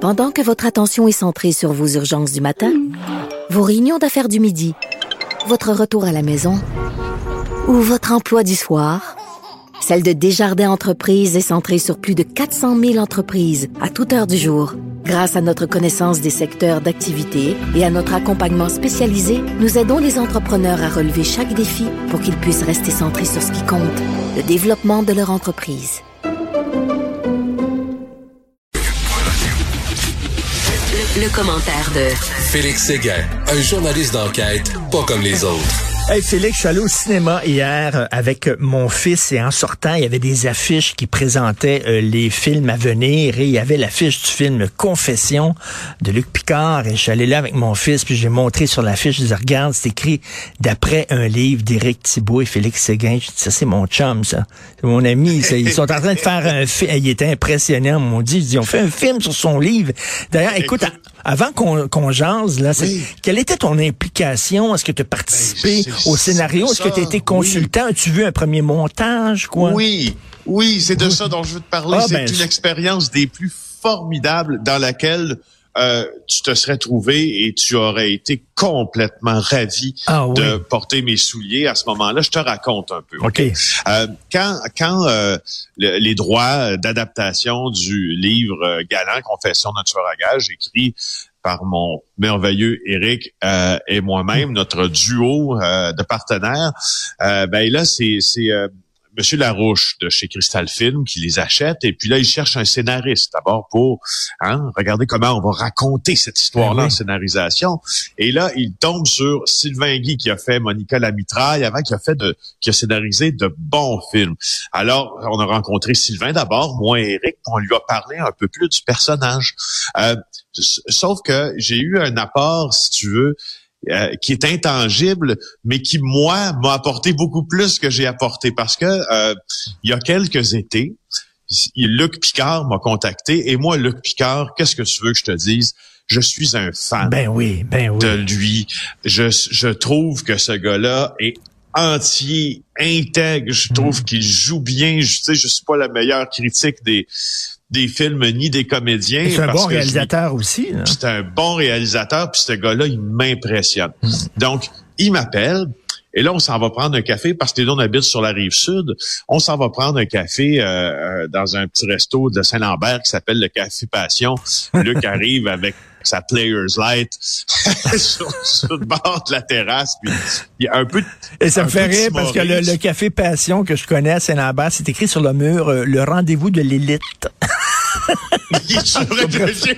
Pendant que votre attention est centrée sur vos urgences du matin, vos réunions d'affaires du midi, votre retour à la maison ou votre emploi du soir, celle de Desjardins Entreprises est centrée sur plus de 400 000 entreprises à toute heure du jour. Grâce à notre connaissance des secteurs d'activité et à notre accompagnement spécialisé, nous aidons les entrepreneurs à relever chaque défi pour qu'ils puissent rester centrés sur ce qui compte, le développement de leur entreprise. Le commentaire de Félix Séguin, un journaliste d'enquête pas comme les autres. Hey Félix, je suis allé au cinéma hier avec mon fils et en sortant, il y avait des affiches qui présentaient les films à venir et il y avait l'affiche du film Confession de Luc Picard et je suis allé là avec mon fils puis j'ai montré sur l'affiche, je disais regarde, c'est écrit d'après un livre d'Éric Thibault et Félix Séguin. Je dis ça c'est mon chum ça, c'est mon ami, ça. Ils sont en train de faire un film, il était impressionnant, m'ont dit, ils ont fait un film sur son livre. D'ailleurs, écoute, avant qu'on jase, là, quelle était ton implication? Est-ce que tu as participé au scénario? Est-ce que tu as été consultant? Oui. As-tu vu un premier montage, quoi? Oui, c'est de ça dont je veux te parler. C'est une expérience des plus formidables dans laquelle tu te serais trouvé et tu aurais été complètement ravi de porter mes souliers à ce moment-là. Je te raconte un peu. Okay. Quand les droits d'adaptation du livre Galant, Confession d'un tueur à gages, écrit par mon merveilleux Éric et moi-même, notre duo de partenaires, là, c'est Monsieur Larouche de chez Crystal Film qui les achète et puis là, il cherche un scénariste d'abord pour regarder comment on va raconter cette histoire-là en scénarisation. Et là, il tombe sur Sylvain Guy qui a fait Monica la mitraille avant, qui a scénarisé de bons films. Alors, on a rencontré Sylvain d'abord, moi et Éric, on lui a parlé un peu plus du personnage. Sauf que j'ai eu un apport, si tu veux, qui est intangible, mais qui, moi, m'a apporté beaucoup plus que j'ai apporté. Parce que il y a quelques étés, Luc Picard m'a contacté. Et moi, Luc Picard, qu'est-ce que tu veux que je te dise? Je suis un fan de lui. Je trouve que ce gars-là est entier, intègre. Je trouve qu'il joue bien. Je suis pas la meilleure critique des films ni des comédiens. C'est un bon réalisateur aussi. C'est un bon réalisateur, puis ce gars-là, il m'impressionne. Donc, il m'appelle, et là, on s'en va prendre un café, parce que les deux, on habite sur la Rive-Sud. On s'en va prendre un café dans un petit resto de Saint-Lambert qui s'appelle le Café Passion. Luc arrive avec sa Players Light sur le bord de la terrasse, puis il y a un peu... Et ça me fait rire, parce que le Café Passion que je connais à Saint-Lambert, c'est écrit sur le mur, le rendez-vous de l'élite. Il est surréfléchi.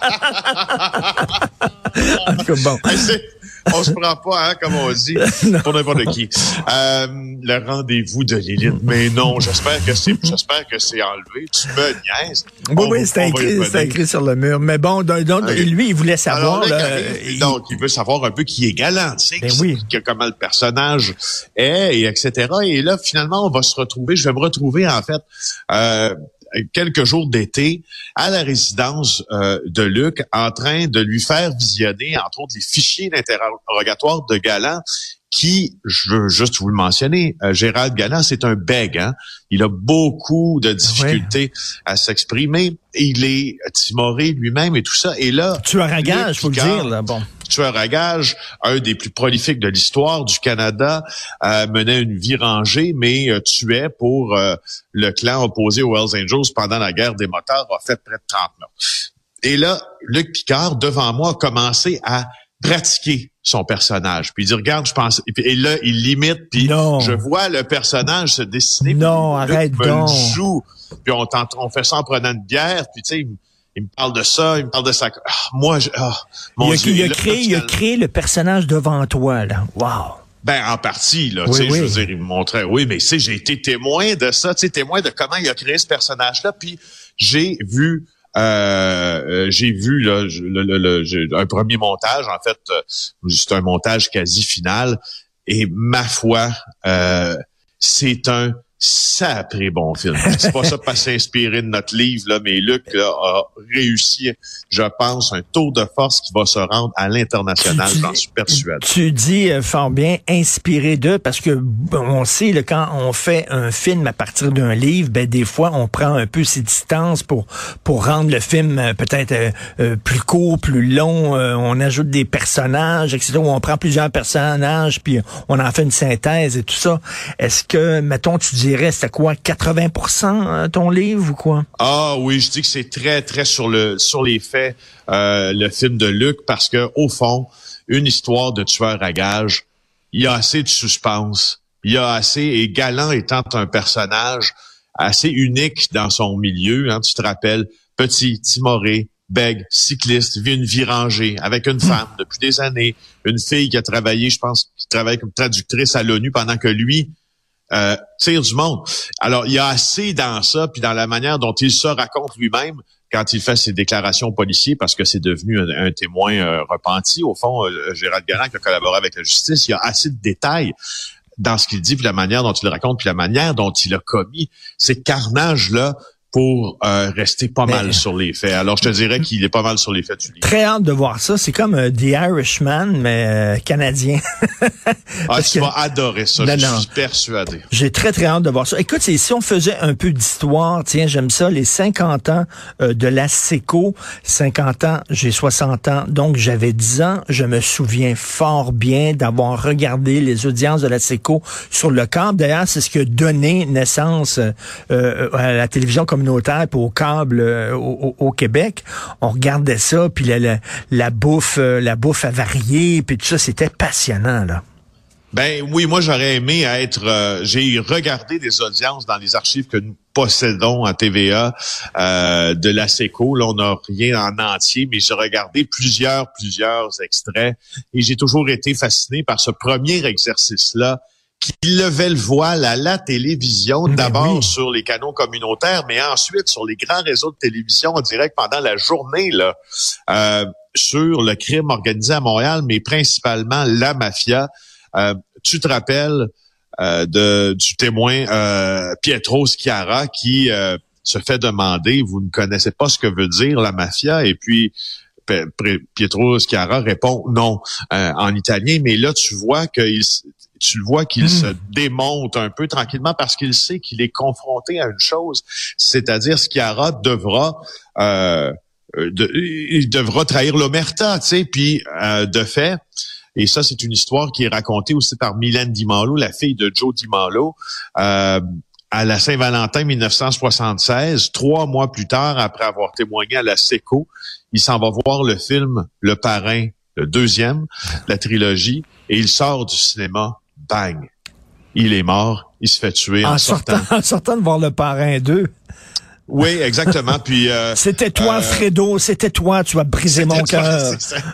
En tout cas, bon. On se prend pas, comme on dit, pour n'importe qui. Le rendez-vous de l'élite. Mais non, j'espère que c'est enlevé. Tu me niaises. Oui, c'est écrit sur le mur. Mais bon, donc lui, il voulait savoir. Donc, il veut savoir un peu qui est Galant, tu sais, comment le personnage est, et etc. Et là, finalement, on va se retrouver. Je vais me retrouver, en fait, quelques jours d'été à la résidence de Luc, en train de lui faire visionner, entre autres, les fichiers d'interrogatoire de Galant, qui, je veux juste vous le mentionner, Gérald Galant, c'est un bègue, Il a beaucoup de difficultés à s'exprimer. Il est timoré lui-même et tout ça. Et là, tueur à gages, faut le dire, là, bon. Tueur à gages, un des plus prolifiques de l'histoire du Canada, menait une vie rangée, mais tuait pour le clan opposé aux Hells Angels pendant la guerre des motards, a fait près de 30 meurtres. Et là, Luc Picard, devant moi, a commencé à pratiquer son personnage. Puis il dit, regarde, je pense... Et là, il l'imite, puis je vois le personnage se dessiner. Non, arrête donc. Il joue. Puis on fait ça en prenant une bière, puis tu sais... Il me parle de ça, il me parle de ça. Il a créé le personnage devant toi, là. Wow. En partie, là. Je veux dire, il me montrait. Oui, mais j'ai été témoin de ça, témoin de comment il a créé ce personnage-là. Puis j'ai vu là, un premier montage. En fait, c'est un montage quasi final. Et ma foi, c'est un sacré bon film. Je dis pas ça pour s'inspirer de notre livre, là, mais Luc là, a réussi, je pense, un tour de force qui va se rendre à l'international, j'en suis persuadé. Tu dis fort bien inspiré d'eux, parce que on sait, là, quand on fait un film à partir d'un livre, ben des fois on prend un peu ses distances pour rendre le film peut-être plus court, plus long, on ajoute des personnages, etc., où on prend plusieurs personnages, puis on en fait une synthèse et tout ça. Est-ce que, mettons, tu dirais, c'était quoi, 80% ton livre ou quoi? Ah oui, je dis que c'est très, très sur les faits, le film de Luc, parce que au fond, une histoire de tueur à gages, il y a assez de suspense, il y a assez, et Galant étant un personnage assez unique dans son milieu, hein, tu te rappelles, petit, timoré, bègue, cycliste, vit une vie rangée avec une femme depuis des années, une fille qui a travaillé, je pense, qui travaille comme traductrice à l'ONU pendant que lui tire du monde. Alors, il y a assez dans ça, puis dans la manière dont il se raconte lui-même quand il fait ses déclarations aux policiers, parce que c'est devenu un témoin repenti, au fond, Gérald Galland qui a collaboré avec la justice, il y a assez de détails dans ce qu'il dit, puis la manière dont il le raconte, puis la manière dont il a commis ces carnages-là pour rester pas mal sur les faits. Alors, je te dirais qu'il est pas mal sur les faits du livre. Très hâte de voir ça. C'est comme The Irishman, mais canadien. Tu vas adorer ça, je suis persuadé. J'ai très, très hâte de voir ça. Écoute, si on faisait un peu d'histoire, tiens, j'aime ça, les 50 ans de la SECO. 50 ans, j'ai 60 ans, donc j'avais 10 ans. Je me souviens fort bien d'avoir regardé les audiences de la SECO sur le câble. D'ailleurs, c'est ce qui a donné naissance à la télévision communautaire puis au câble au Québec. On regardait ça, puis la bouffe à varier, puis tout ça, c'était passionnant, là. Ben oui, moi j'aurais aimé j'ai regardé des audiences dans les archives que nous possédons à TVA de la SECO. Là, on n'a rien en entier, mais j'ai regardé plusieurs extraits et j'ai toujours été fasciné par ce premier exercice-là qui levait le voile à la télévision, d'abord sur les canaux communautaires, mais ensuite sur les grands réseaux de télévision en direct pendant la journée, là, sur le crime organisé à Montréal, mais principalement la mafia. Tu te rappelles du témoin Pietro Sciarra qui se fait demander, vous ne connaissez pas ce que veut dire la mafia, et puis Pietro Sciarra répond non en italien, mais là tu vois qu'il se démonte un peu tranquillement parce qu'il sait qu'il est confronté à une chose, c'est-à-dire Sciarra devra il devra trahir l'omerta, tu sais, puis de fait. Et ça, c'est une histoire qui est racontée aussi par Mylène Di Malo, la fille de Joe Di Malo, à la Saint-Valentin 1976, 3 mois plus tard, après avoir témoigné à la SECO. Il s'en va voir le film Le Parrain, le deuxième, la trilogie, et il sort du cinéma, bang! Il est mort, il se fait tuer en sortant. En sortant de voir Le Parrain 2. Oui, exactement. Puis c'était toi, Fredo, c'était toi, tu as brisé mon cœur.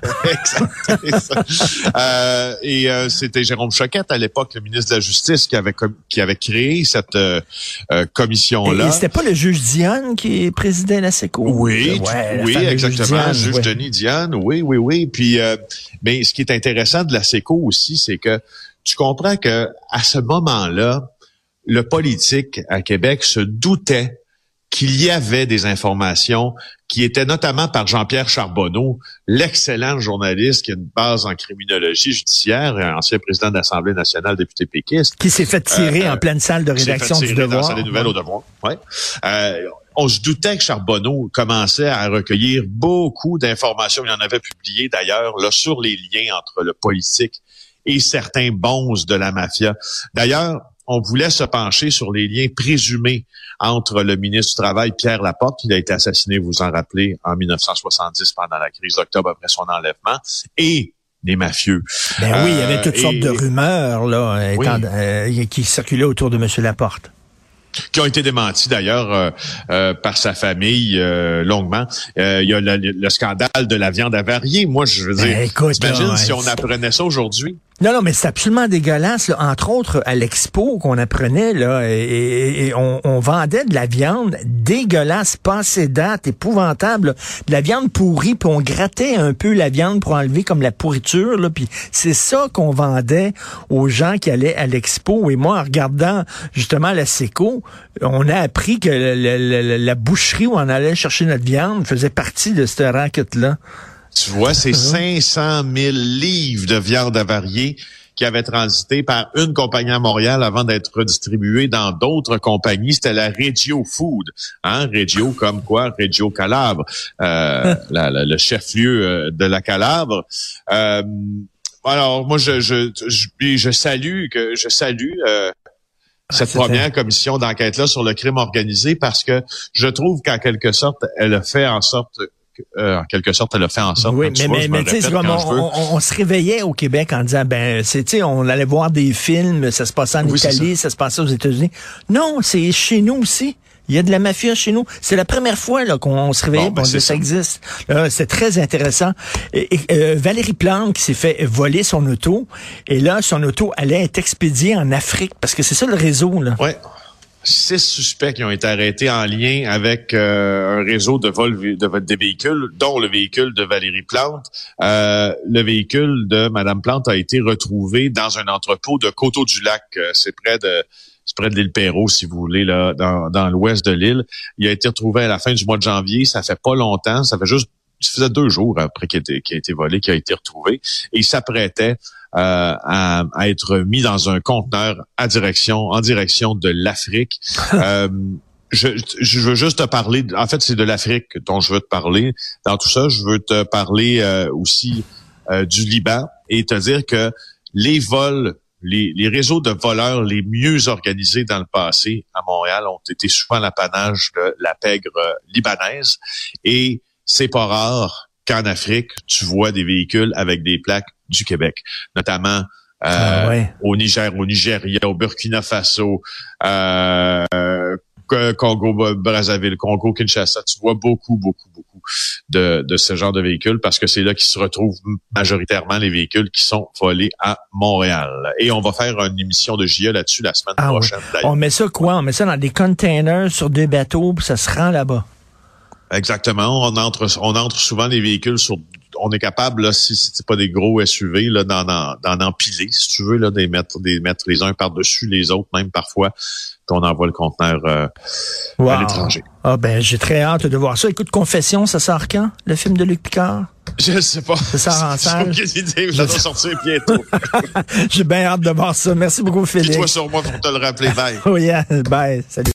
C'était Jérôme Choquette à l'époque, le ministre de la Justice, qui avait créé cette commission-là. Et c'était pas le juge Dionne qui présidait la SECO? Oui, exactement, juge Denis Dionne. Oui. Puis, mais ce qui est intéressant de la SECO aussi, c'est que tu comprends que à ce moment-là, le politique à Québec se doutait qu'il y avait des informations qui étaient notamment par Jean-Pierre Charbonneau, l'excellent journaliste qui a une base en criminologie judiciaire, ancien président de l'Assemblée nationale, député péquiste. Qui s'est fait tirer en pleine salle de rédaction du Devoir. Dans la salle des nouvelles au Devoir, ouais. On se doutait que Charbonneau commençait à recueillir beaucoup d'informations. Il en avait publié d'ailleurs là sur les liens entre le politique et certains bonzes de la mafia. D'ailleurs, on voulait se pencher sur les liens présumés entre le ministre du Travail, Pierre Laporte, qui a été assassiné, vous en rappelez, en 1970 pendant la crise d'octobre après son enlèvement, et les mafieux. Ben oui, il y avait toutes sortes de rumeurs là, qui circulaient autour de M. Laporte. Qui ont été démentis d'ailleurs par sa famille longuement. Il y a le scandale de la viande avariée. Moi, je veux dire, imagine si on apprenait ça aujourd'hui. Non, mais c'est absolument dégueulasse. Là. Entre autres, à l'expo qu'on apprenait, là, et on vendait de la viande dégueulasse, passée date, épouvantable, là. De la viande pourrie, puis on grattait un peu la viande pour enlever comme la pourriture, là, puis c'est ça qu'on vendait aux gens qui allaient à l'expo. Et moi, en regardant justement la Seco, on a appris que la boucherie où on allait chercher notre viande faisait partie de cette racket-là. Tu vois, c'est 500 000 livres de viande avariée qui avaient transité par une compagnie à Montréal avant d'être redistribuée dans d'autres compagnies. C'était la Regio Food. Hein? Regio comme quoi? Reggio Calabre, le chef-lieu de la Calabre. Alors, moi, je salue cette première commission d'enquête-là sur le crime organisé parce que je trouve qu'en quelque sorte, elle a fait en sorte... Oui, mais tu sais, c'est comme on se réveillait au Québec en disant, on allait voir des films, ça se passait en Italie, ça se passait aux États-Unis. Non, c'est chez nous aussi. Il y a de la mafia chez nous. C'est la première fois là qu'on se réveillait pour dire ça existe. C'est très intéressant. Valérie Plante qui s'est fait voler son auto, et là, son auto allait être expédiée en Afrique, parce que c'est ça le réseau, là. Ouais. 6 suspects qui ont été arrêtés en lien avec un réseau de vol des véhicules, dont le véhicule de Valérie Plante. Le véhicule de Madame Plante a été retrouvé dans un entrepôt de Coteau-du-Lac. C'est près de l'île Perrot, si vous voulez, là, dans l'ouest de l'île. Il a été retrouvé à la fin du mois de janvier. Ça fait pas longtemps. Ça faisait 2 jours après qu'il a été volé, qu'il a été retrouvé. Et il s'apprêtait à être mis dans un conteneur en direction de l'Afrique. Je veux juste te parler, en fait, c'est de l'Afrique dont je veux te parler. Dans tout ça, je veux te parler aussi du Liban et te dire que les vols, les réseaux de voleurs les mieux organisés dans le passé à Montréal ont été souvent l'apanage de la pègre libanaise. Et c'est pas rare qu'en Afrique, tu vois des véhicules avec des plaques du Québec, notamment au Niger, au Nigeria, au Burkina Faso, Congo-Brazzaville, Congo-Kinshasa. Tu vois beaucoup de ce genre de véhicules parce que c'est là qu'ils se retrouvent majoritairement les véhicules qui sont volés à Montréal. Et on va faire une émission de JE là-dessus la semaine prochaine. Oui. On met ça quoi? On met ça dans des containers sur des bateaux puis ça se rend là-bas. Exactement. On entre souvent les véhicules on est capable, là, si c'est pas des gros SUV, là, d'en empiler, si tu veux, là, de mettre les uns par-dessus les autres, même parfois, qu'on envoie le conteneur à l'étranger. Ah j'ai très hâte de voir ça. Écoute, Confession, ça sort quand, le film de Luc Picard? Je ne sais pas. Ça sort en salle? J'ai aucune idée, ça doit sortir bientôt. J'ai bien hâte de voir ça. Merci beaucoup, Félix. Puis toi sur moi pour te le rappeler. Bye. Oh yeah, bye. Salut.